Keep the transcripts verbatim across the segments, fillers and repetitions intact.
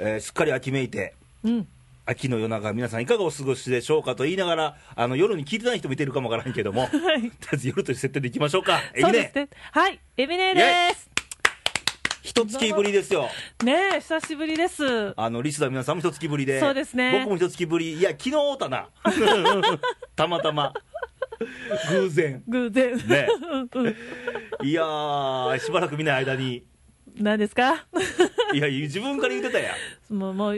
えー、すっかり秋めいて、 うん、 秋の夜長、皆さんいかがお過ごしでしょうかと言いながら、あの夜に聞いてない人もいてるかもわからんけども、 はい、 とりあえず夜という設定でいきましょうか。 そうですね、はい、エビネです。 一月ぶりですよ。 ねえ、久しぶりです。 あのリスナーの皆さんも一月ぶりで、 そうですね、 僕も一月ぶり、いや、昨日会ったな、たまたま、偶然、 偶然、 ね、いやー、しばらく見ない間に、 何ですかいや、自分から言ってたやん、 もう、もう、うん、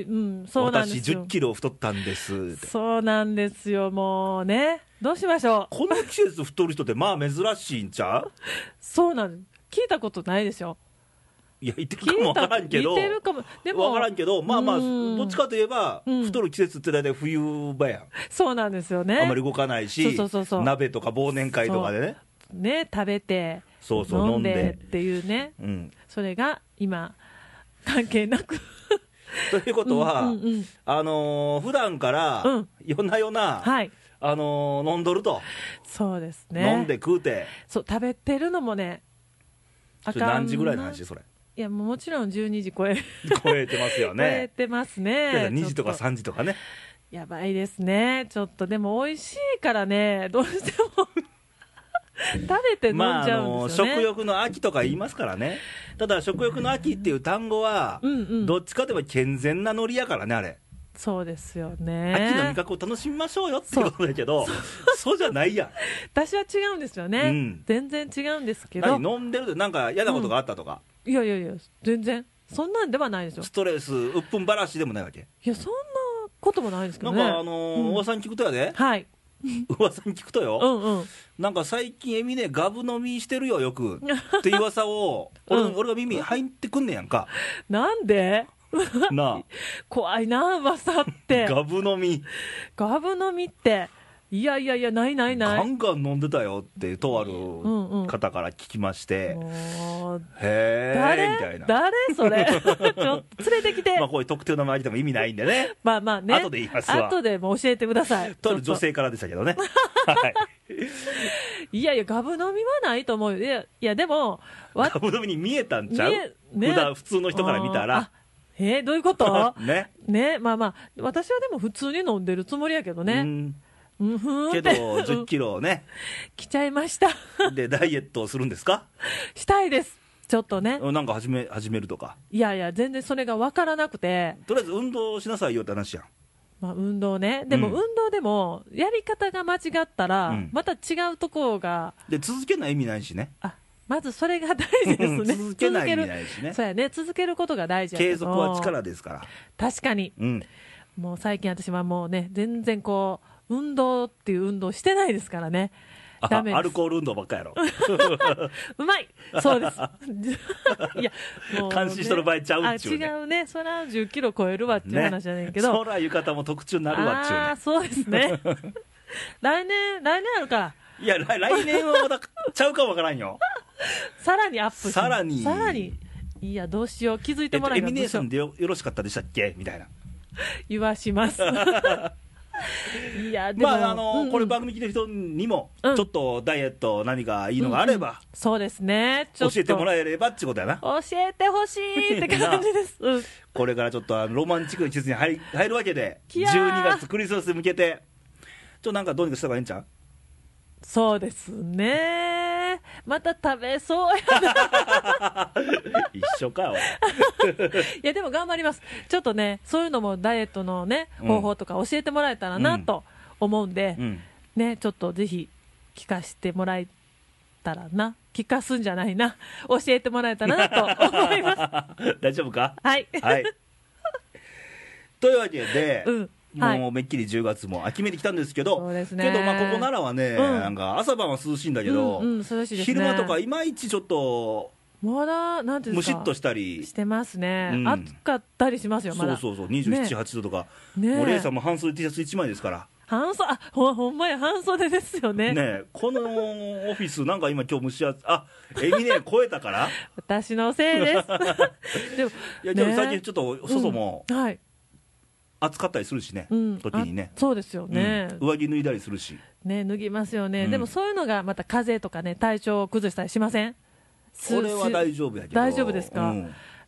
そうなんですよ。 私、じゅっキロ太ったんですって。 そうなんですよ、もうね、どうしましょう。 この季節、太る人って、まあ、珍しいんちゃう？ そうなんです、聞いたことないでしょ。 いや、言ってるかもわからんけど、 言ってるかも、でもわからんけど、まあまあ、どっちかといえば、 うん、 太る季節って大体冬場やん。 そうなんですよね。 あまり動かないし、 そうそうそう、 鍋とか忘年会とかでね、 ね、食べて、 そうそう飲んでっていうね、 うん、 それが今、関係なく。 ということは、 うんうんうん、 あのー、普段から、うん、夜な夜な、はい、あのー、飲んどると。 そうですね。 飲んで食うて。 そう、食べてるのもね、 あかんな。何時ぐらいの話それ。 いや、もうもちろんじゅうにじ超え超えてますよね。 超えてますね。 にじとかさんじとかね。 やばいですね。ちょっとでも美味しいからね、どうしても食べて飲んじゃうんですよね。まあ、あの食欲の秋とか言いますからね。ただ食欲の秋っていう単語は、うんうん、どっちかといえば健全なノリやからね、あれ。 そうですよね。 秋の味覚を楽しみましょうよっていうことだけど、 そ, そうじゃないやん。 私は違うんですよね、うん、全然違うんですけど。 何飲んでるとなんか嫌なことがあったとか、 うん、いやいやいや、全然そんなんではないですよ。 ストレスうっぷんばらしでもないわけ。 いや、そんなこともないですけどね。 なんかあのーうん、噂に聞くとやで、 はい、 噂に聞くとよ、 うんうん、なんか最近エミネガブ飲みしてるよよくっていう噂を俺、うん、俺が耳入ってくんねやんか。 なんでなあ怖いな、噂ってガブ飲みガブ飲みって、いやいやいや、ないないない、 ガンガン飲んでたよってとある方から聞きまして、うんうん、もうへーみたいな、 誰それちょっと連れてきてまあこういう特定の周りでも意味ないんでねまあまあね、 後で言いますわ。 後でも教えてください。 とある女性からでしたけどねはいいやいや、ガブ飲みはないと思うよ。いや、いやでもガブ飲みに見えたんちゃう、ね、普段普通の人から見たら。 えー、どういうことねね、まあまあ私はでも普通に飲んでるつもりやけどね。うんうんふんけどじゅっキロね来ちゃいましたでダイエットをするんですか？ したいです、ちょっとね。 なんか始め始めるとか。 いやいや、全然それが分からなくて、 とりあえず運動しなさいよって話やん。 まあ、運動ね、でも運動でもやり方が間違ったら、うん、また違うところがで続けない意味ないしね。 あ、まずそれが大事ですね続けない意味ないしね。 そうやね、続けることが大事やけど、 継続は力ですから。 確かに、うん、もう最近私はもうね、全然こう運動っていう運動してないですからね。ダメです。 アルコール運動ばっかやろうまい、そうですいやもう、ね、 監視しとる場合ちゃうっちゅうね。 あ、違うね、それはじゅっキロ超えるわっていう話じゃないけど、 ね、そら浴衣も特注になるわっちゅうね。 あ、そうですね来年来年あるか。 いや、来, 来年はまだちゃうかもわからんよさらにアップしさらにさらにいや、どうしよう、気づいてもらえたら、えっと、エミネーさんで よ, よろしかったでしたっけみたいな言わしますいやでも、 まああのーうんうん、これ番組聞いてる人にも、うん、ちょっとダイエット何かいいのがあれば、うんうん、 そうですね、ちょっと教えてもらえればってことやな。 教えてほしいって感じです、うん、 これからちょっとあのロマンチックな季節に 入, 入るわけで、じゅうにがつクリスマスに向けてちょっとなんかどうにかした方がいいんちゃう？ そうですね、また食べそうやな一緒かおいいやでも頑張ります。ちょっとね、そういうのもダイエットのね、方法とか教えてもらえたらなと思うんで、うんうん、ね、ちょっとぜひ聞かせてもらえたらな、聞かすんじゃないな、教えてもらえたらなと思います大丈夫か？ はい、 はい、というわけで、 うんもうめっきりじゅうがつも秋めてきたんですけど、 そうですね、 けどまあここ奈良はね、うん、なんか朝晩は涼しいんだけど、 うんうん、涼しいですね、 昼間とかいまいちちょっとまだなんていうんですか、 むしっとしたりしてますね、うん、暑かったりしますよ、まだ。 そうそうそう、にじゅうなな、はちどとか、 ね、 もうレイさんも半袖 T シャツいちまいですから。 半袖、あ、ほ, ほんまや、半袖ですよね。 ね、このオフィスなんか今今日蒸し暑い、あ、エミネ超えたから私のせいですでも、いやでも最近ちょっと外も、 うん、はい、 暑かったりするしね、うん、時にね、 そうですよね、 うん、上着脱いだりするし、 ね、脱ぎますよね、うん、でもそういうのがまた風邪とかね、体調を崩したりしません？ これは大丈夫やけど。 大丈夫ですか、うん、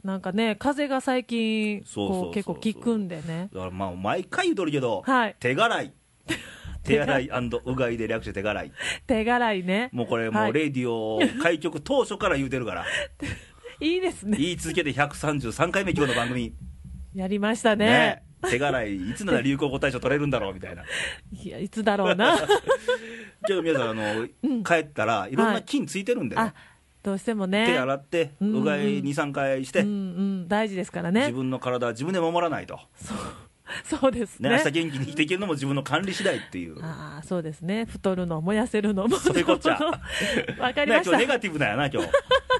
なんかね、風邪が最近こう結構効くんでね。 だからまあ毎回言うとるけど、 はい、 手洗い手洗いうがいで略して手洗い手洗いね。 もうこれもうレディオ開局当初から言うてるからいいですね。 言い続けてひゃくさんじゅうさんかいめ今日の番組やりましたね。 ね、手洗いいつなら流行語大賞取れるんだろうみたいな。 いやいつだろうなけど皆さんあの、うん、帰ったらいろんな菌ついてるんでね、はい、 どうしてもね手洗ってうがい にさんかいして、うんうん、 大事ですからね。 自分の体は自分で守らないと。 そうそうですね。 ね、明日元気に生きていけるのも自分の管理次第っていう。 ああそうですね。太るの燃やせるのもそういうこっちゃわかりました、ね、 今日ネガティブだよな今日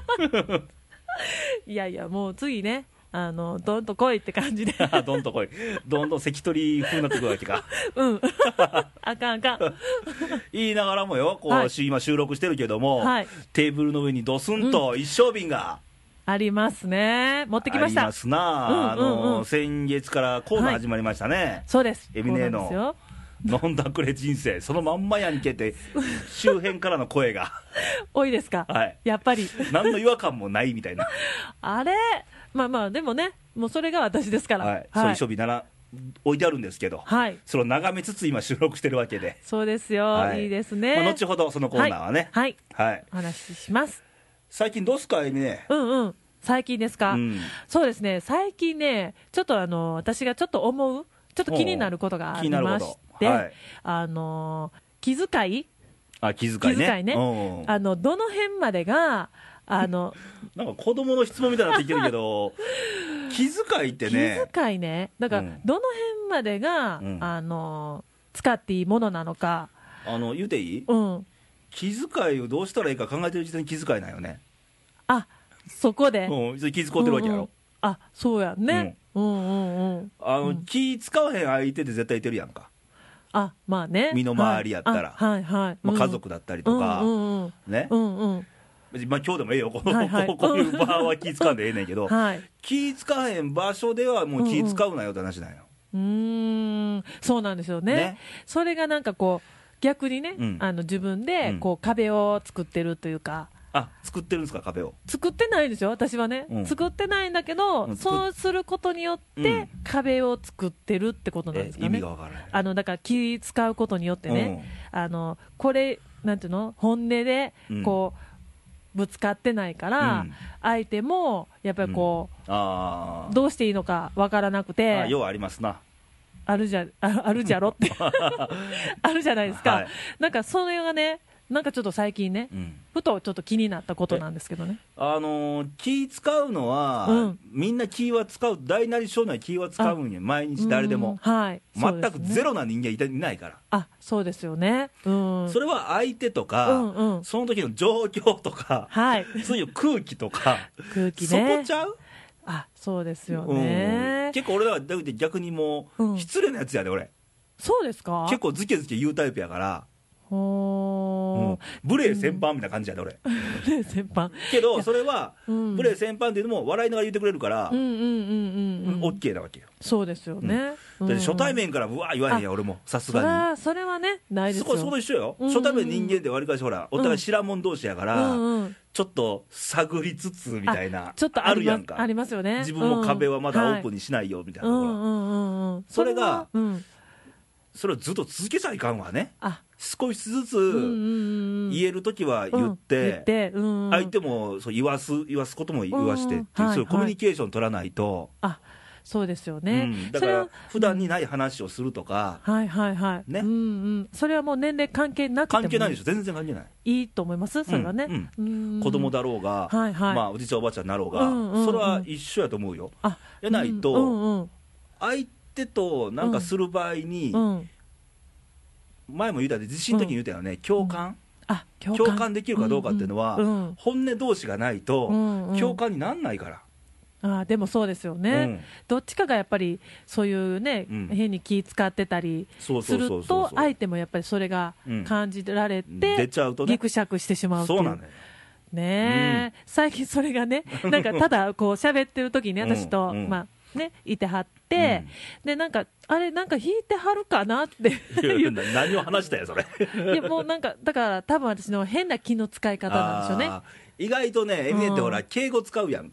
いやいやもう次ね、あのどんと来いって感じでどんと来い、どんどん関取風になってくるわけかうんあかんあかん言いながらもよこう、はい、今収録してるけども、はい、テーブルの上にドスンと一升瓶が、うん、 ありますね。持ってきました。 ありますな、うんうんうん、あの先月からコーナー始まりましたね、はい、 そうです。 エミネの飲んだくれ人生そのまんまやんけって周辺からの声が多いですか、 はい、 やっぱり何の違和感もないみたいなあれまあまあでもねもうそれが私ですから、 はいはい、そういう処理なら置いてあるんですけど、はい、それを眺めつつ今収録してるわけで。 そうですよ、はい、いいですね、 まあ、後ほどそのコーナーはね、 はい、はいはい、お話しします。 最近どうすかエミネ。 うんうん最近ですか、うん、そうですね最近ねちょっとあの私がちょっと思うちょっと気になることがありまして、はい、あの気遣いあ気遣いね、気遣いねあのどの辺までがあのなんか子供の質問みたいになってきてるけど気遣いってね気遣いねだから、うん、どの辺までが、うん、あの使っていいものなのかあの言うていい、 うん、 気遣いをどうしたらいいか考えてる時点で気遣いなんよね。 あそこで、 うん、気遣ってるわけやろ、うんうん、 あそうやね、うん、うんうんうんあの、うん、気使わへん相手って絶対いてるやんか。 あまあね身の回りやったら、 はいはいはいまあ、家族だったりとか、うんうんうん、ね、うんうんまあ、今日でもええよこの、はいはい、こういう場は気使うんでええねんけど、はい、気使わへん場所ではもう気使うなよって話なんよ。 うんうん、うーんそうなんですよ ね, ねそれがなんかこう逆にね、うん、あの自分でこう壁を作ってるというか、 あ作ってるんですか壁を。 作ってないんですよ私はね、うん、作ってないんだけど、うん、そうすることによって壁を作ってるってことなんですかね、 うん、意味がわからない。 あのだから気使うことによってね、うん、あのこれなんていうの本音でこう、うんぶつかってないから、うん、相手もやっぱりこう、うん、あどうしていいのかわからなくてあ要はありますなあるじゃ あ, あるじゃろってあるじゃないですか、はい、なんかそれがねなんかちょっと最近ね、うん、ふとちょっと気になったことなんですけどね。 あのー、気使うのは、うん、みんな気は使う大なり小なり気は使うんや毎日誰でも、 はい、 全くゼロな人間いないから。 あそうですよね、うん、 それは相手とか、うんうん、その時の状況とか、はい、そういう空気とか空気、ね、 そこちゃう。 あそうですよね、 うん、結構俺は逆にもう失礼なやつやで俺、うん、 そうですか。 結構ズケズケ言うタイプやからうん、無礼先般みたいな感じやで俺、 うん、無礼先般けどそれは、うん、無礼先般っていうのも笑いながら言ってくれるからオッケーなわけよ。 そうですよね、 うん、だって初対面からうわー言わへんや俺もさすがに。それはねないですよ。 そこそこ一緒よ、うんうん、初対面人間ってわりかしほらお互い知らんもん同士やから、うんうん、ちょっと探りつつみたいなちょっとあるやんか。ありますよね。 自分も壁はまだオープンにしないよみたいなところ、それが、うん、それをずっと続けちゃいかんわね。あ少しずつ言えるときは言って、相手もそう言わす言わすことも言わしてっていう、そういうコミュニケーション取らないと。 あそうですよね、 うん、だから普段にない話をするとか、 はいはいはいね、うんうん、それはもう年齢関係なくても関係ないでしょ。全然関係ない。 いいと思いますそれはね、 うんうん、子供だろうが、はいはい、まあ、おじいちゃんおばあちゃんになろうが、うんうんうん、それは一緒やと思うよ。あやないと、うんうん、相手となんかする場合に、うんうん前も言うたで地震の時に言うたよね、うん、共感、うん、あ共感、共感できるかどうかっていうのは、うんうん、本音同士がないと、うんうん、共感にならないから。 あでもそうですよね、うん、どっちかがやっぱりそういうね、うん、変に気使ってたりすると相手もやっぱりそれが感じられて、うん、 出ちゃうとねギクシャクしてしまうっていう。 そうなんだよね、うん、最近それがねなんかただこう喋ってる時に私と、うんうん、まあね、いてはって、うん、でなんかあれなんか弾いてはるかなって何を話したよそれいやもうなんかだから多分私の変な気の使い方なんでしょうね。 意外とねエミネってほら、うん、敬語使うやんか。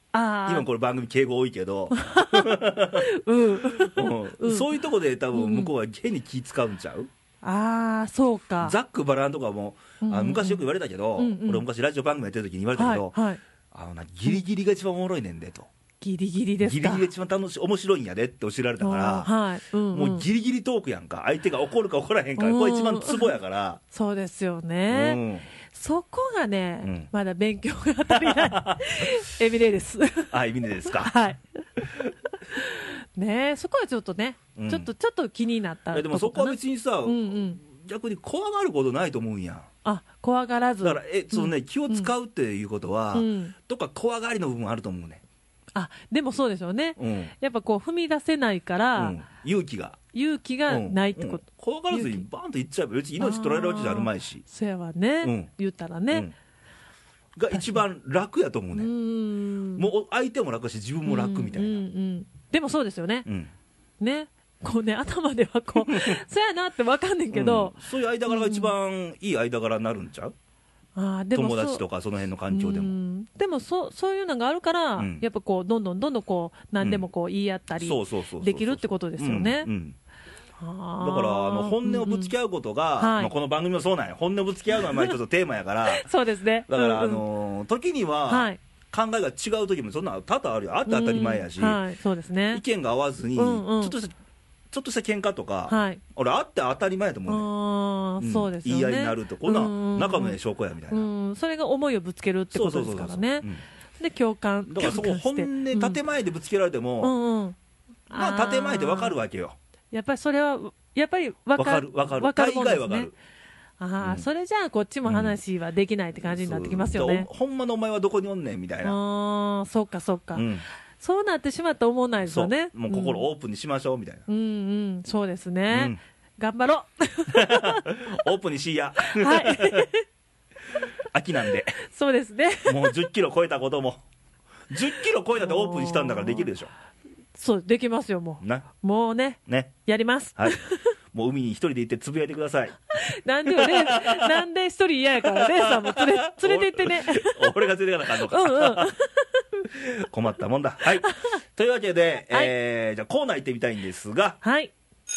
今これ番組敬語多いけど、 うんうん、そういうとこで多分向こうは変に気使うんちゃう、 ああそうか、 ざっくばらんとかも、うんうん、あ昔よく言われたけど、うんうん、俺昔ラジオ番組やってる時に言われたけど、はいはい、あのなギリギリが一番おもろいねんでと、 ギリギリですか、 ギリギリが一番楽しい面白いんやでって教えられたから、はいうんうん、もうギリギリトークやんか、相手が怒るか怒らへんか、これ一番ツボやから、 そうですよね、うん、そこがね、うん、まだ勉強が足りないエミネです。 あ、エミネですか。 はい。ねえ、そこはちょっとね、うん、ちょっとちょっと気になったとこかな。 でもそこは別にさ、うんうん、逆に怖がることないと思うんや。 あ、怖がらず。 だからえそのね、うん、気を使うっていうことは、うん、どっか怖がりの部分あると思うね。 あ、でもそうでしょうね。うん、やっぱこう踏み出せないから、うん、 勇気が。 勇気がないってこと、うんうん、 怖がらずにバーンと言っちゃえば別に命取られるわけじゃあるまいし、 そやわね、うん、言ったらね、うん、 が一番楽やと思うね。うんもう相手も楽だし自分も楽みたいな、うんうんうん、 でもそうですよね、うん、ねこうね頭ではこうそやなって分かんねんけど、 うん、そういう間柄が一番いい間柄になるんちゃう、あでも友達とかその辺の環境でも、うん、 でも そ, そういうのがあるから、うん、やっぱこうどんどんどんどんこう何でもこう言い合ったりできるってことですよね。 だからあの本音をぶつけ合うことが、うんうんまあ、この番組もそうなんや、本音をぶつけ合うのはまあちょっとテーマやからそうですね、 だから、あのー、時には、はい、考えが違う時もそんな多々あるよ、あって当たり前やし、うんはいそうですね、意見が合わずに、うんうん、ちょっとしたちょっとした喧嘩とか、はい、俺あって当たり前やと思うね、あ、うん、そうですよね、言い合いになるとこんな仲のええ証拠やみたいな、 うん、それが思いをぶつけるってことですからね、で共感だからそこ本音建前でぶつけられても、うんうん、まあ建前で分かるわけよ、 やっぱりそれはやっぱり分かる、 分かる、分かる、大概分かる。 ああ、うん、それじゃあこっちも話はできないって感じになってきますよね、 うん、ほんまのお前はどこにおんねんみたいな、 ああそうかそうか、うん、そうなってしまったら思わないですよね、 もう心オープンにしましょうみたいな、 うん、うんうんそうですね、うん、頑張ろうオープンにしいやはい秋なんでそうですねもうじゅっキロ超えたこともじゅっキロ超えたってオープンにしたんだからできるでしょ、 そうできますよ、もうなもう ね, ねやります、はい、 もう海に一人で行ってつぶやいてくださいなんでよねなんで一人嫌やからレイさんも連れ連れて行ってね俺が連れてかなあかんのかうん、うん、困ったもんだ、はい、というわけで、はいえー、じゃあコーナー行ってみたいんですが、 はい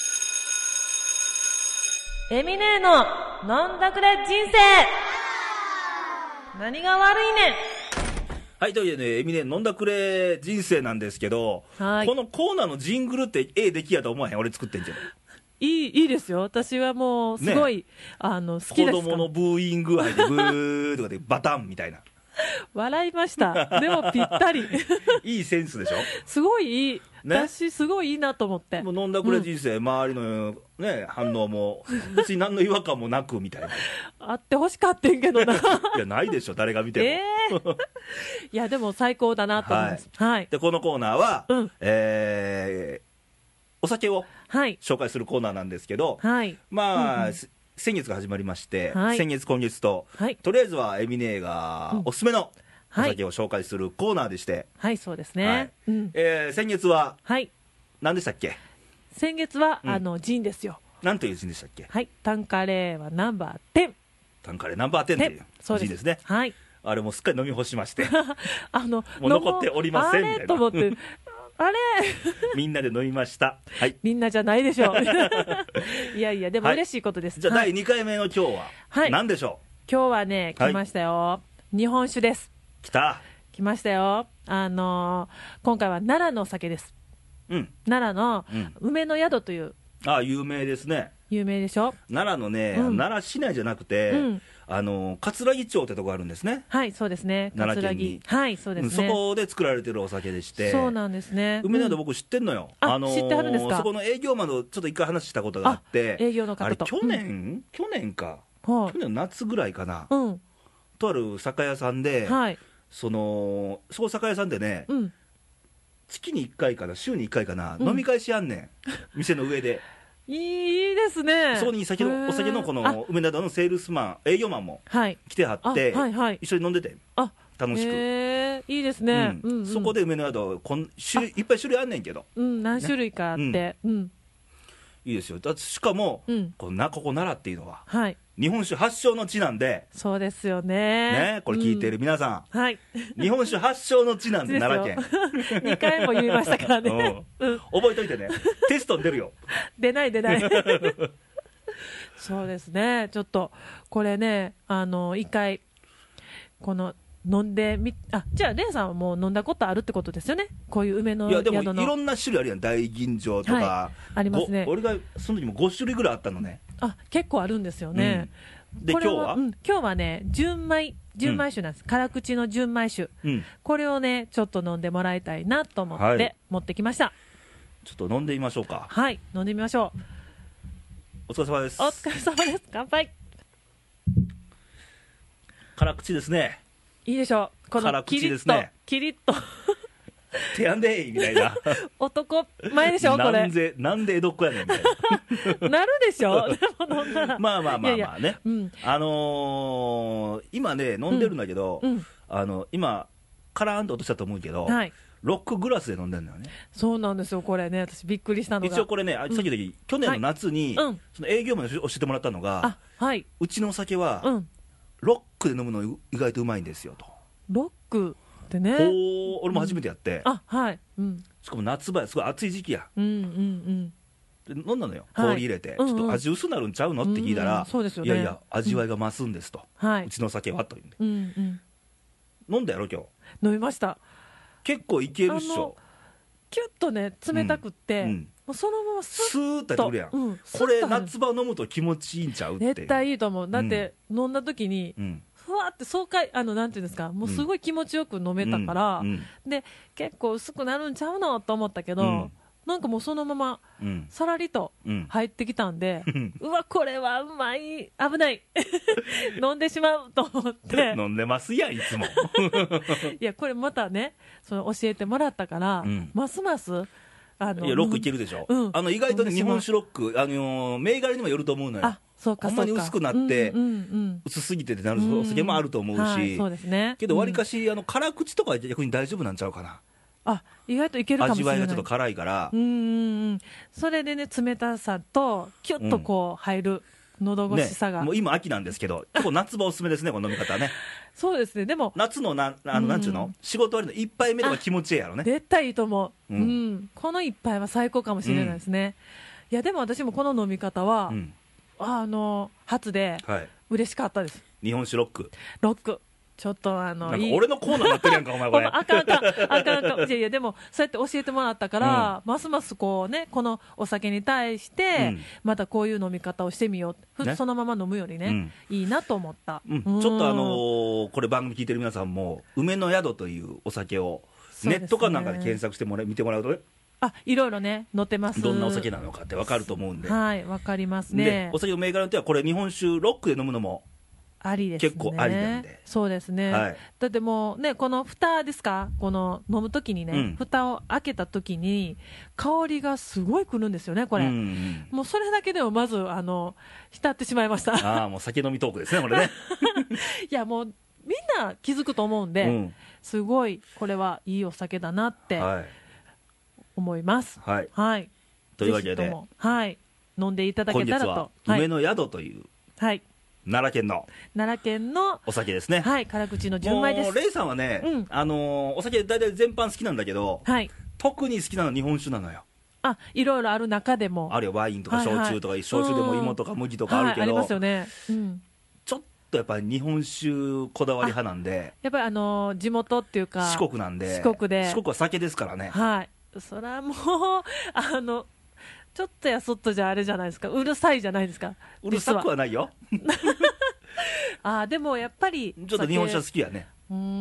エミネーの飲んだくれ人生何が悪いねん。 はい、というわけで、ね、エミネ飲んだくれ人生なんですけど、はい、このコーナーのジングルってええ出来やと思わへん、俺作ってんけど。 いい、いいですよ、私はもうすごい、ね、あの好きです。 子供のブーイング愛でブーとかでバタンみたいな笑いました、でもぴったりいいセンスでしょ、 すごいいい、ね、私すごいいいなと思って、 もう飲んだくれ人生、うん、周りの、ね、反応も別に何の違和感もなくみたいなあってほしかったんけどないやないでしょ誰が見ても、えー、いやでも最高だなと思います、はいはい、 でこのコーナーは、うんえー、お酒を紹介するコーナーなんですけど、はい、まあ、うんうん先月が始まりまして、はい、先月今月と、はい、とりあえずはエミネがおすすめのお酒を紹介するコーナーでして、 はい、そうですね、はいうんえー、先月は、はい、何でしたっけ。 先月は、うん、あのジンですよ。 何というジンでしたっけ。 はい、タンカレーはナンバーテン、 タンカレーナンバーテンというジンですね。はい、あれもすっかり飲み干しましてあのもう残っておりませんみたいな、あれと思ってあれみんなで飲みました、はい、 みんなじゃないでしょいやいやでも嬉しいことです、 はい、じゃあだいにかいめの今日は、はい、何でしょう。 今日はね来ましたよ、はい、日本酒です。 来た来ましたよ。あのー、今回は奈良のお酒です、うん、奈良の梅の宿という、うん、 ああ有名ですね。 有名でしょ。 奈良のね、うん、奈良市内じゃなくて、うんあの葛城町ってとこあるんですね。 はいそうですね、 奈良県に、 はいそうですね、 そこで作られてるお酒でして、 そうなんですね。 梅の宿僕知ってんのよ、 うん、あのー、知ってはるんですか。 そこの営業マンとちょっと一回話したことがあって、 営業の方とあれ去年、うん、去年か、はあ、去年の夏ぐらいかな、うん、とある酒屋さんで、はい、そのそこ酒屋さんでね、うん、月にいっかいかな週にいっかいかな、うん、飲み会しやんねん店の上でいいですね。 そこに酒のお酒のこの梅などのセールスマン営業マンも来てはって、はいはい、一緒に飲んでてあ楽しく、 へいいですね、うんうんうん、 そこで梅などこん種類いっぱい種類あんねんけど、 うん、何種類かあって、ねうんうん、 いいですよ。だってしかも、うん、このなここ奈良っていうのは、はい、日本酒発祥の地なんで。 そうですよね。 ね、これ聞いている皆さん、うん、 はい、 日本酒発祥の地なんで奈良県にかいも言いましたからね、 うん、覚えといてね、テストに出るよ。 出ない出ないそうですね、ちょっとこれね、あの一回この飲んでみ、あ、じゃあレンさんはもう飲んだことあるってことですよね、こういう梅の宿の。 いやでもいろんな種類あるやん、大吟醸とか、 はい、ありますね。 俺がその時もご種類ぐらいあったのね。 あ、結構あるんですよね、 うん、で今日は、うん、 今日はね純米純米酒なんです、うん、辛口の純米酒、うん、これをねちょっと飲んでもらいたいなと思って持ってきました、はい、 ちょっと飲んでみましょうか。 はい、飲んでみましょう。 お疲れ様です。 お疲れ様です。乾杯。 辛口ですね。 いいでしょう。このキリッと、ね、キリッとてやんでーみたいな男前でしょこれ。 なんでなんで江戸っ子やねんみたいななるでしょ。でも飲んだらまあまあまあまあね。いやいや、 うん、 あのー、今ね飲んでるんだけど、うんうん、あの今カラーンと落としたと思うけど、はい、ロックグラスで飲んでるんだよね。 そうなんですよ、これね、私びっくりしたのが、 一応これね、さっき言った時、うん、去年の夏に、はい、その営業マンに教えてもらったのが、はい、うちのお酒は、うん、ロックで飲むの意外とうまいんですよと。 ロックってね、 お俺も初めてやって、 うん、あ、はい、うん、 しかも夏場やすごい暑い時期や、 うんうんうん、で飲んだのよ、氷入れて、はい、ちょっと味薄なるんちゃうのって聞いたら、うんうん、そうですよね、いやいや味わいが増すんですと、うん、うちの酒はというんで、うんうん、飲んだやろ今日。 飲みました。 結構いけるっしょ。 キュッとね冷たくって、うんうん、もうそのままスーッとやってくるやん、うん、これ夏場飲むと気持ちいいんちゃうって。 絶対いいと思う。だって、うん、飲んだ時に、うん、ふわって爽快、あのなんていうんですか、もうすごい気持ちよく飲めたから、うん、で結構薄くなるんちゃうのと思ったけど、うん、なんかもうそのままさらりと入ってきたんで、うん、うわこれはうまい、危ない飲んでしまうと思って飲んでますやんいつもいやこれまたねその教えてもらったから、うん、ますますあのいやロックいけるでしょ、うん、あの意外とね日本酒ロック、あのー、銘柄にもよると思うのよ。あ、そうかそうか、ほんまに薄くなって、うんうんうん、薄すぎてってなるお酒もあると思うし、うんはい、そうですね、けどわりかし、うん、あの辛口とかは逆に大丈夫なんちゃうかな。 あ、意外といけるかもしれない。 味わいがちょっと辛いから、 うんうん、それでね冷たさとキュッとこう入る、うん、喉越しさが、 ね、もう今秋なんですけど結構夏場おすすめですねこの飲み方ねそうですね。でも夏のなあのなんちゅうの、うん、仕事終わりの一杯目とか気持ちいいやろね。 絶対いいと思う、うんうん、この一杯は最高かもしれないですね、うん、いやでも私もこの飲み方は、うん、あの初で嬉しかったです、はい、 日本酒ロックロックちょっとあのなんか俺のコーナーになってるやんかお前これあかんあかんあかんあかんいやいやでもそうやって教えてもらったから、うん、ますますこうねこのお酒に対して、うん、またこういう飲み方をしてみよう、ね、そのまま飲むよりね、うん、いいなと思った、 うん、ちょっとあのー、これ番組聞いてる皆さんも梅の宿というお酒をネットかなんかで検索してもら見てもらうとね、 あ、いろいろね載ってます。 どんなお酒なのかって分かると思うんで、 はい分かりますね。でお酒の銘柄によってはこれ日本酒ロックで飲むのもありですね、 結構ありなんで。 そうですね、はい、だってもうねこの蓋ですか、この飲むときにね、うん、蓋を開けたときに香りがすごいくるんですよねこれ、うんうん、もうそれだけでもまずあの浸ってしまいました。 ああもう酒飲みトークですねこれねいやもうみんな気づくと思うんで、うん、すごいこれはいいお酒だなって思います、 はいはい、 というわけで、 はい、飲んでいただけたらと。 本日は梅の宿という、はい、奈良県の奈良県のお酒ですね。 はい、辛口の純米です。 もうレイさんはね、うん、あのー、お酒大体全般好きなんだけど、はい、特に好きなのは日本酒なのよ。 あ、いろいろある中でもあるよ、ワインとか焼酎とか、はいはい、焼酎でも芋とか麦とかあるけど、はい、ありますよね、うん、ちょっとやっぱり日本酒こだわり派なんで、 やっぱりあのー、地元っていうか四国なんで、 四国で四国は酒ですからね。 はい、それはもうあのちょっとやそっとじゃあれじゃないですか、うるさいじゃないですか。 うるさくはないよあ、でもやっぱりちょっと日本酒は好きやね。 うーん、うん、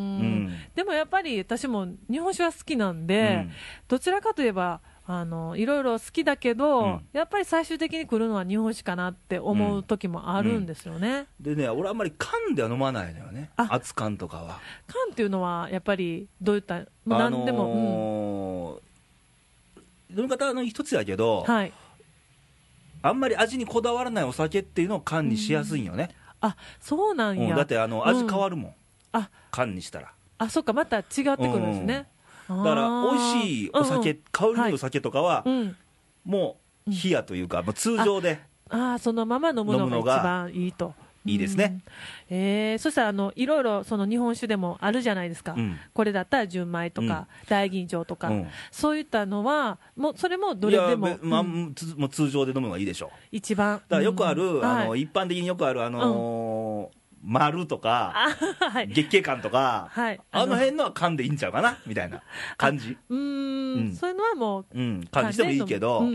でもやっぱり私も日本酒は好きなんで、うん、どちらかといえばあのいろいろ好きだけど、うん、やっぱり最終的に来るのは日本酒かなって思う時もあるんですよね、うんうん、でね、俺あんまり缶では飲まないのよね、熱燗とかは。 缶っていうのはやっぱりどういった、まあ、何でも、あのーうん、飲み方の一つやけど、はい、あんまり味にこだわらないお酒っていうのを缶にしやすいんよね、 うん、あ、そうなんや、 うん、だってあの味変わるもん、うん、あ、缶にしたら。 あ、そっか、また違ってくるんですね、 うん、だから美味しいお酒、うんうん、香りのいいお酒とかは、はい、も冷やというか、もう通常でああそのまま飲むのが一番いいと。 いいですね、 うんえー、そしたらあのいろいろその日本酒でもあるじゃないですか、うん、これだったら純米とか、うん、大吟醸とか、うん、そういったのはもうそれもどれでも、いや、 まあ、もう通常で飲むのがいいでしょう。 一番だからよくある、うん、あの、はい、一般的によくあるあのー丸とか、はい、月桂冠とか、はい、あ, あの辺のは缶でいいんちゃうかなみたいな感じ。 うーん、うん、そういうのはもう、 うん、缶してもいいけど、うんうんうん、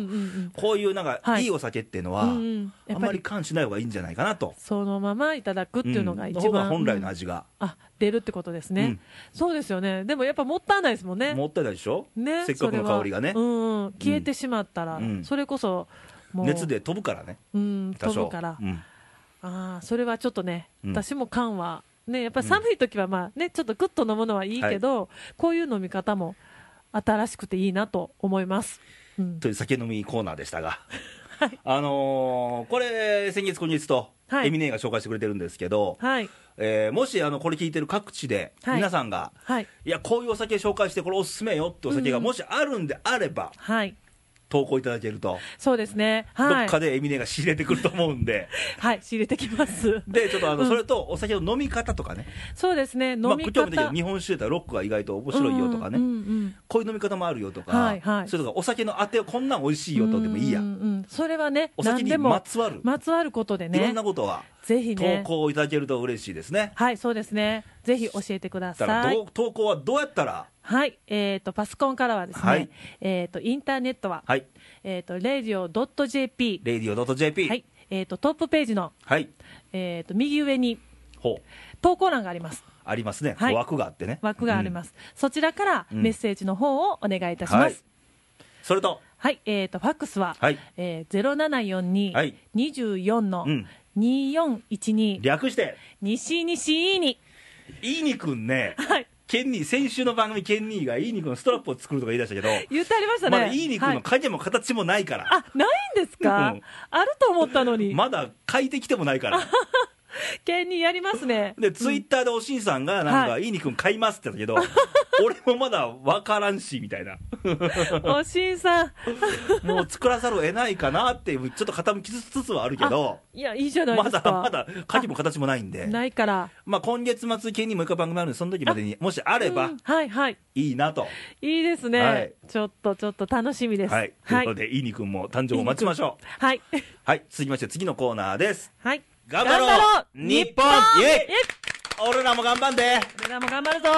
こういうなんか、はい、いいお酒っていうのは、うんうん、あんまり缶しない方がいいんじゃないかなと。 そのままいただくっていうのが一番、 うん、の方が本来の味が、 うん、あ出るってことですね、うん、そうですよね。でもやっぱもったいないですもんね。 もったいないでしょ、ね、せっかくの香りがね、 うんうん、消えてしまったら、うん、それこそもう熱で飛ぶからね、 うん、飛ぶから、うんあそれはちょっとね、うん、私も缶は、ね、やっぱり寒い時はまあ、ね、ちょっとぐっと飲むのはいいけど、はい、こういう飲み方も新しくていいなと思います、 うん、という酒飲みコーナーでしたが、はい、あのー、これ先月今月と、はい、エミネーが紹介してくれてるんですけど、はいえー、もしあのこれ聞いてる各地で皆さんが、はい、いやこういうお酒紹介してこれおすすめよってお酒がもしあるんであれば、うんはい投稿いただけると、 そうですね、はい、どっかでエミネが仕入れてくると思うんで、 はい、仕入れてきます。 で、ちょっとあの、うん、それとお酒の飲み方とかね、 そうですね、飲み方、まあ、今日も的に日本酒でたらロックが意外と面白いよとかね、うんうんうん、こういう飲み方もあるよとか、はいはい、それとかお酒のあて、こんなん美味しいよとでもいいや、うんうん、 それはね、 お酒にまつわる、 まつわることでね、 いろんなことは、 ぜひね、 投稿いただけると嬉しいですね。 はい、そうですね、ぜひ教えてください。 だから投稿はどうやったら、 はい、えーと、パソコンからはですね、はい、えーと、インターネットは、はい、えーと、レディオドットジェーピー、 レディオドットジェーピー、 はい、えーと、トップページの、はい、えーと、右上に、ほう、投稿欄があります。 ありますね、はい、枠があってね。 枠があります。うん、そちらからメッセージの方をお願いいたします。うんはい、 それと、 はい、えーと、ファックスは、はいえー、ゼロななよんに、にじゅうよんのによんいちに、 略して、 西西いいに。 いいにくんね。はい。ケンニー、先週の番組、ケンニーがいい肉のストラップを作るとか言い出したけど、 言ってありましたね。 まだいい肉の影も形もないから。 はい、あ、ないんですか、うん、あると思ったのに。 まだ書いてきてもないから。 ケンニーやりますね。 で、ツイッターでおしんさんが、なんか、はい、いい肉買いますって言ったけど、俺もまだ分からんし、みたいな。 おしんさん。 もう作らざるを得ないかなっていう、ちょっと傾きつつはあるけど、 いや、いいじゃないですか。 まだ、まだ、影も形もないんで。 ないから。 まあ、今月末、ケンニーもう一回番組あるんで、その時までにもしあれば、うん、はいはい。いいなと。 いいですね。はい、ちょっと、ちょっと楽しみです。 はい。ということで、いい肉も誕生を待ちましょう。はい。はい。続きまして、次のコーナーです。はい。頑張ろう日本イエイ俺らも頑張んで俺らも頑張るぞ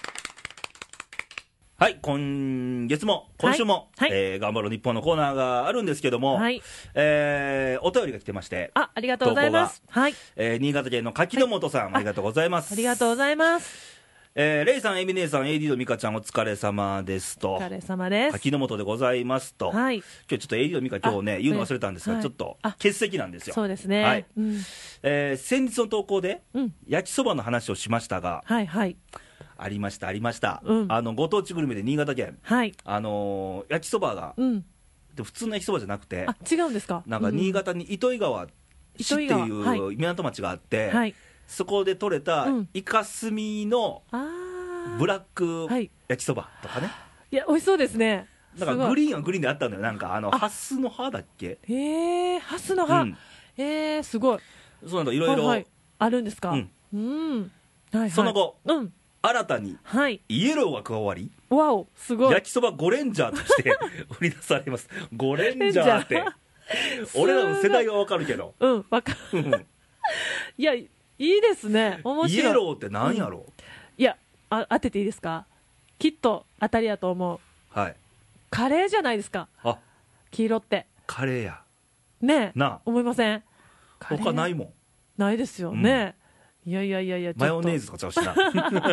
はい、今月も、今週も、はいえー、頑張ろう日本のコーナーがあるんですけども、はいえー、お便りが来てまして、 あ、ありがとうございます。はいえー、新潟県の柿の本さん、はい、ありがとうございます。 ありがとうございます。 えー、レイさん、エミネーさん、エーディー のミカちゃん、お疲れ様ですと。 お疲れ様です。 柿の本でございますと。はい。今日ちょっと エーディー のミカ、今日ね、言うの忘れたんですが、はい、ちょっと欠席なんですよ。 そうですね。 はい。うんえー、先日の投稿で、うん、焼きそばの話をしましたが、はいはい。ありました、ありました。うん、あの、ご当地グルメで新潟県、はい。あのー、焼きそばが、うん、で普通の焼きそばじゃなくて、 あ、違うんですか。 なんか新潟に糸魚川市っていう港町があって、はい、そこで採れたイカスミの、うん、あブラック焼きそばとかね、はい、 いや美味しそうですね。 なんかグリーンはグリーンであったんだよ。なんかあのハスの葉だっけ。 へえハスの葉、うん、へえすごい。 そうなんだいろいろあるんですか。うん、 うんはいはい、その後、うん、新たにイエローが加わり、 わおすごい焼きそばゴレンジャーとして売り出されます。ゴレンジャーって俺らの世代はわかるけどうんわかるいやいいですね面白い。 イエローって何やろう、うん、 いやあ当てていいですか。きっと当たりやと思う。はいカレーじゃないですか。あ黄色ってカレーやねえな思いません。 他ないもん。 ないですよね、うん、いやいやいやいやマヨネーズとかちゃうしな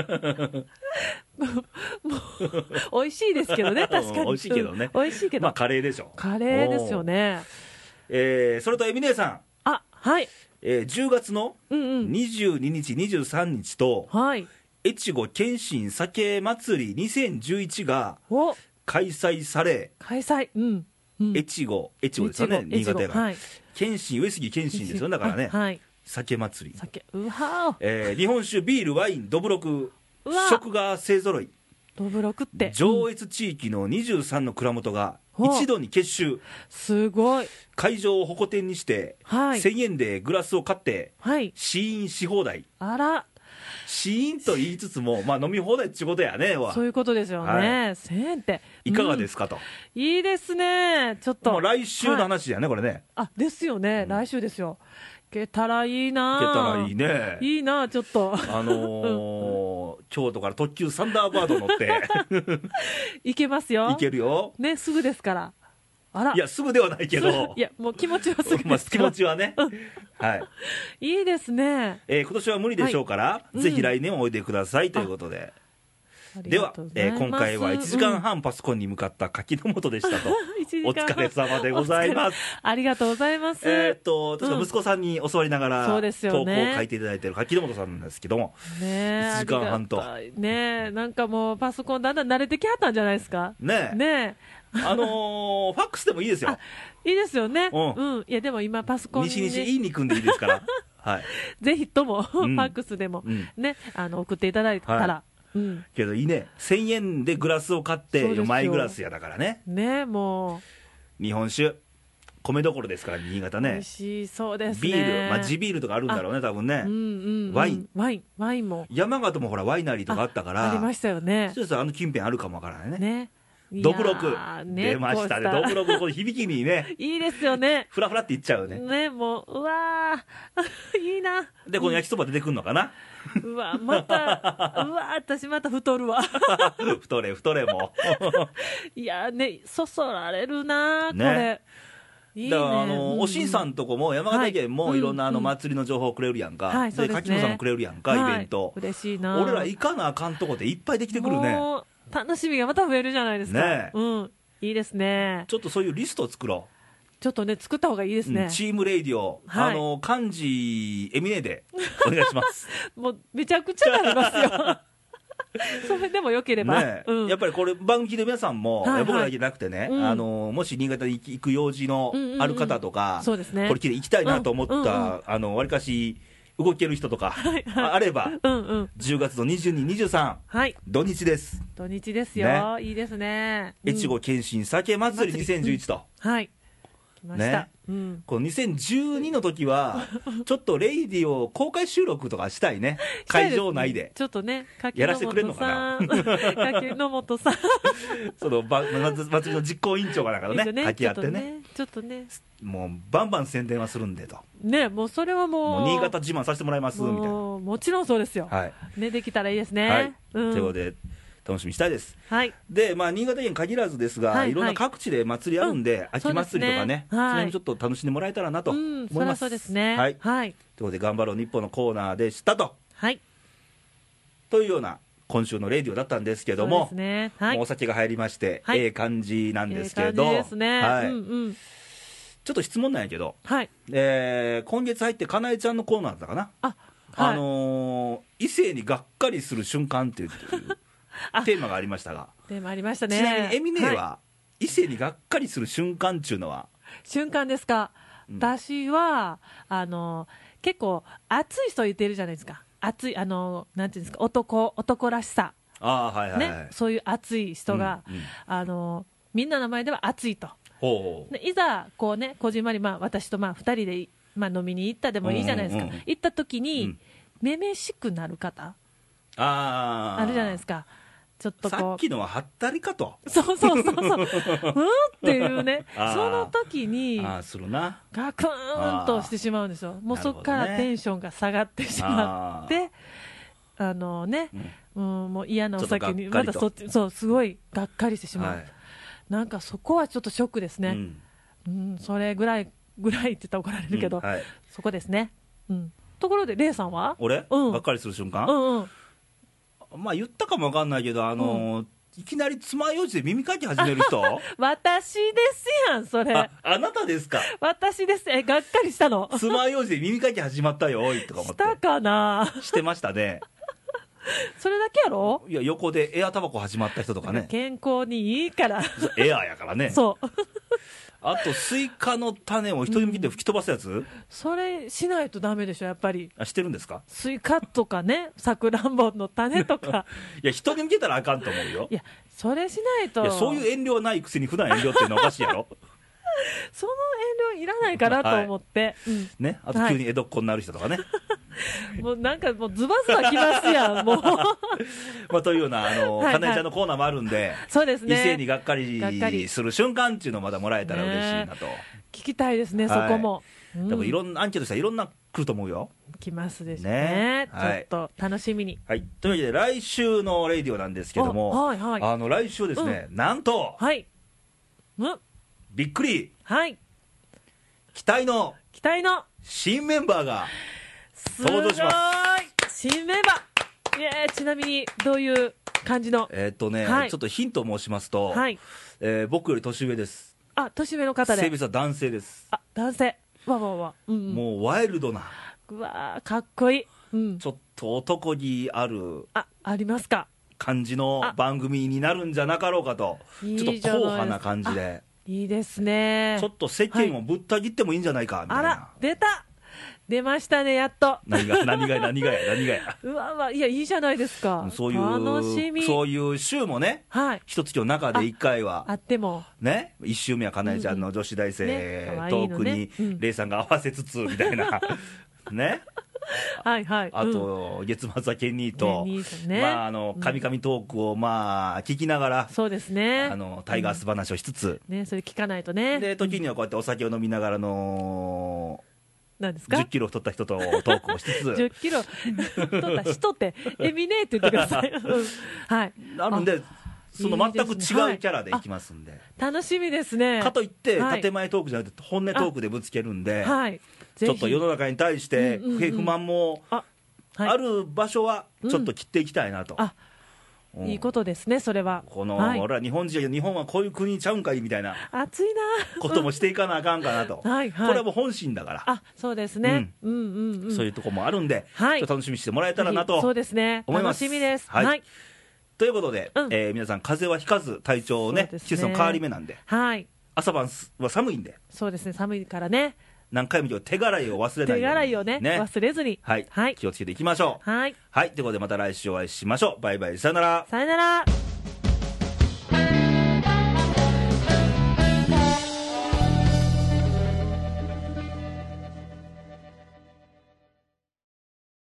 美味しいですけどね確かに美味しいけどね、 うん、美味しいけどまあカレーでしょ。 カレーですよね。 えー、それとエミネさんあはい、 えー、じゅうがつのにじゅうににち、にじゅうさんにちと、はい越後謙信酒祭りにせんじゅういちが開催され、 開催、うんうん、 越後、越後ですよね、新潟が、はい、謙信、上杉謙信ですよ、だからね、はい、酒祭り、 酒うわ、 えー、日本酒、ビール、ワイン、どぶろく、食が勢ぞろい、 どぶろくって、 上越地域のにじゅうさんの蔵元が一度に結集。 すごい。 会場をホコ天にして、はい、せんえんでグラスを買って、はい、試飲し放題。 あら、 試飲と言いつつも、まあ、飲み放題ってことやね。 そういうことですよね、はい、せんえんっていかがですかと、 うん、いいですね。ちょっともう来週の話やね、はい、これね。 あ、ですよね、うん、来週ですよ。いけたらいいな。 いけたらいいね。 いいな、ちょっとあのーうん、京都から特急サンダーバード乗っていけますよ。 いけるよね、すぐですから。あら、 いや、すぐではないけど、 いや、もう気持ちはすぐまあ、気持ちはね、はい、 いいですね、 えー、今年は無理でしょうから、はい、ぜひ来年もおいでくださいということで、うん、では、えー、今回はいちじかんはんパソコンに向かった柿の本でしたと、お疲れ様でございます。 ありがとうございます。 えー、っと確か息子さんに教わりながら、うん、投稿を書いていただいている柿の本さんなんですけども、 ね、 いちじかんはんとね、なんかもうパソコンだんだん慣れてきはったんじゃないですかね。 ね、 あのー、ファックスでもいいですよ。 いいですよね、 うんうん、いやでも今パソコンに、ね、 西西いいに組んでいいですからはい、 ぜひとも、うん、ファックスでも、ね、あの送っていただいたら、はい、うん、 けどいいね、せんえんでグラスを買ってマイグラスやだからね。 ね、もう日本酒米どころですから新潟ね。 美味しそうですね。 ビール、まあ、地ビールとかあるんだろうね多分ね、うんうんうん、ワインワインワインも山形もほらワイナリーとかあったから、 あ, ありましたよね。 そうです、あの近辺あるかもわからないね。 ね、 どぶろく、ね、出ましたね。どぶろくのこの響きにねいいですよね。 フラフラっていっちゃうね。 ね、もううわいいな。 でこの焼きそば出てくるのかな、 うん、うわまたうわ私また太るわ太れ太れもいやね、そそられるなこれ、ね。いいね、 だからあの、うん、おしんさんとこも山形県もいろんなあの祭りの情報をくれるやんか、はい、で柿野さんもくれるやんか、はい、イベント、 嬉しいな。 俺ら行かなあかんとこでいっぱいできてくるね。 もう楽しみがまた増えるじゃないですか、ね、うん、いいですね。 ちょっとそういうリストを作ろう。 ちょっとね作った方がいいですね、うん、 チームレイディオ、はい、あの漢字エミネでお願いしますもうめちゃくちゃなりますよそれでもよければ、 ね、うん、やっぱりこれ番組で皆さんも、はいはい、僕らだけじゃなくてね、うん、あのもし新潟に行く用事のある方とか、 うんうんうん、そうですね、 これきれい行きたいなと思った、うんうんうん、あのわりかし動ける人とか、はいはい、あれば、うんうん、じゅうがつのにじゅうに、にじゅうさん、はい、土日です。 土日ですよ、ね、いいですね。 越後謙信酒祭りにせんじゅういちと、 うん、はい、来ました、ね、うん、 このにせんじゅうにの時はちょっとレイディを公開収録とかしたいね会場内でちょっとねやらせてくれるのかな柿野本さんそのば祭りの実行委員長がなんかのね掛け合ってね、 ちょっとねもうバンバン宣伝はするんでとね、もうそれはもう、 もう新潟自慢させてもらいますみたいな。 もちろんそうですよ、はい、ね、できたらいいですね、 はい、 うん、 ということで楽しみにしたいです、 はい、 で、まあ、新潟県限らずですが、はいはい、いろんな各地で祭りあるんで、うん、秋祭りとかね、その辺ちょっと楽しんでもらえたらなと思います、うん、そりゃそうですね、 はいはい、 ということで頑張ろう日本のコーナーでしたと、 はい、 というような今週のレディオだったんですけども、 そうですね、はい、 もうお酒が入りまして、はい、ええ感じなんですけど、 ええ感じですね、 はい、 うんうん、 ちょっと質問なんやけど、 はい、 えー、今月入ってかなえちゃんのコーナーだったかな、 あ、 はい、あのー、異性にがっかりする瞬間っていうテーマがありましたが、 テーマありましたね。 ちなみにエミネは、はい、異性にがっかりする瞬間っていうのは、 瞬間ですか、うん、私はあの結構熱い人いてるじゃないですか、熱い、あのなんていうんですか、男男らしさ、 あ、はいはいはい、 ね、そういう熱い人が、うんうん、あのみんなの前では熱いと、 ほう、 でいざこうね、こじんまり、まあ、私とまあふたりで、まあ、飲みに行ったでもいいじゃないですか、うんうんうん、行った時に、うん、めめしくなる方、 ああるじゃないですか。ちょっとこうさっきのははったりかと、 そうそうそうそううんっていうねその時にあするなガクーンとしてしまうんですよ。もうそこからテンションが下がってしまって、あ、あのね、うん、うん、もう嫌なお酒にまたそっち、そう、すごいがっかりしてしまう、はい、なんかそこはちょっとショックですね、うんうん、それぐらいぐらいって言ったら怒られるけど、うん、はい、そこですね、うん、ところでレイさんは俺、 うん、 がっかりする瞬間、 うんうん、 まあ言ったかもわかんないけど、あのーうん、いきなり爪楊枝で耳かき始める人私ですやんそれ。 あ, あなたですか。 私です。え、がっかりしたの。 爪楊枝で耳かき始まったよおいとか思ってしたかな。 してましたねそれだけやろ。 いや、横でエアタバコ始まった人とかね。 健康にいいからエアやからね。 そうあとスイカの種を一人向きで吹き飛ばすやつ、うん、 それしないとダメでしょやっぱり。 あ、してるんですか。 スイカとかね、さくらんぼの種とかいや、人に向けたらあかんと思うよ。 いや、 それしないと。 いや、そういう遠慮はないくせに普段遠慮っていうのはおかしいやろその遠慮いらないかなと思って、はいうん、 ね、あと急に江戸っ子になる人とかね、はい、もうなんかもうズバズバきますやんもうまあというようなあの、はいはい、かなえちゃんのコーナーもあるんで、 そうですね、 異性にがっかりする瞬間っていうのをまだもらえたら嬉しいなと、ね、 聞きたいですね、はい、そこも、 うん、多分いろんなアンケートしたらいろんな来ると思うよ。 来ますですね、ね、はい、ちょっと楽しみに、 はい、というわけで来週のレイディオなんですけども、はいはい、あの来週ですね、うん、なんと、 はい、うん、 びっくり、 はい、 期待の期待の新メンバーが登場します。 新メンバー、えー、ちなみにどういう感じのえーっとね、はい、ちょっとヒントを申しますと、はいえー、僕より年上です。 あ、年上の方で、 性別は男性です。 あ、男性、わわわ、うんうん、 もうワイルドな、 うわかっこいい、うん、 ちょっと男気あるあ、ありますか感じの番組になるんじゃなかろうかと、 いいちょっと硬派な感じで、 いいですね、 ちょっと世間をぶった切ってもいいんじゃないかみたいな、 はい、あら出た、出ましたね、やっと。 何が何が何がや何がやうわうわ、いや、いいじゃないですか、 そういう楽しみ、 そういう週もね、はい、一月の中でいっかいはあ, あってもね、いち週目はかなえちゃんの女子大生、うんうんね、トークにレイさんが合わせつつみたいなねはいはい、 あと、うん、月末はケニーと、ねまあ、あの神々トークをまあ聞きながら、 そうですね、 あのタイガース話をしつつ、 うんね、それ聞かないとね、 で時にはこうやってお酒を飲みながらの、 なんですか、 じゅっキロ太った人とトークをしつつじゅっキロ太った人ってエビねって言ってくださいはいなのでその全く違うキャラでいきますんで、いいですね、はい、楽しみですね。 かといって建前トークじゃなくて本音トークでぶつけるんで、はい、ちょっと世の中に対して不平不満もある場所はちょっと切っていきたいなと、うんあうん、いいことですね、それは。 この、はい、俺は日本人や日本はこういう国ちゃうんかいみたいな熱いなこともしていかなあかんかなとはい、はい、これはもう本心だから、 あそうですね、うん、うんうんうんそういうところもあるんで、はい、ちょっと楽しみにしてもらえたらなとそうですね、 思います。 楽しみです、 はいはい、 ということで、うんえー、皆さん風邪はひかず体調をね、季節の変わり目なんで、はい、朝晩は寒いんで、 そうですね、寒いからね、 何回も言う手洗いを忘れないように、 手洗いを ね, ね忘れずに、 はいはい、気をつけていきましょう。はい、はい、ということでまた来週お会いしましょう。バイバイ、さよなら。 さよなら。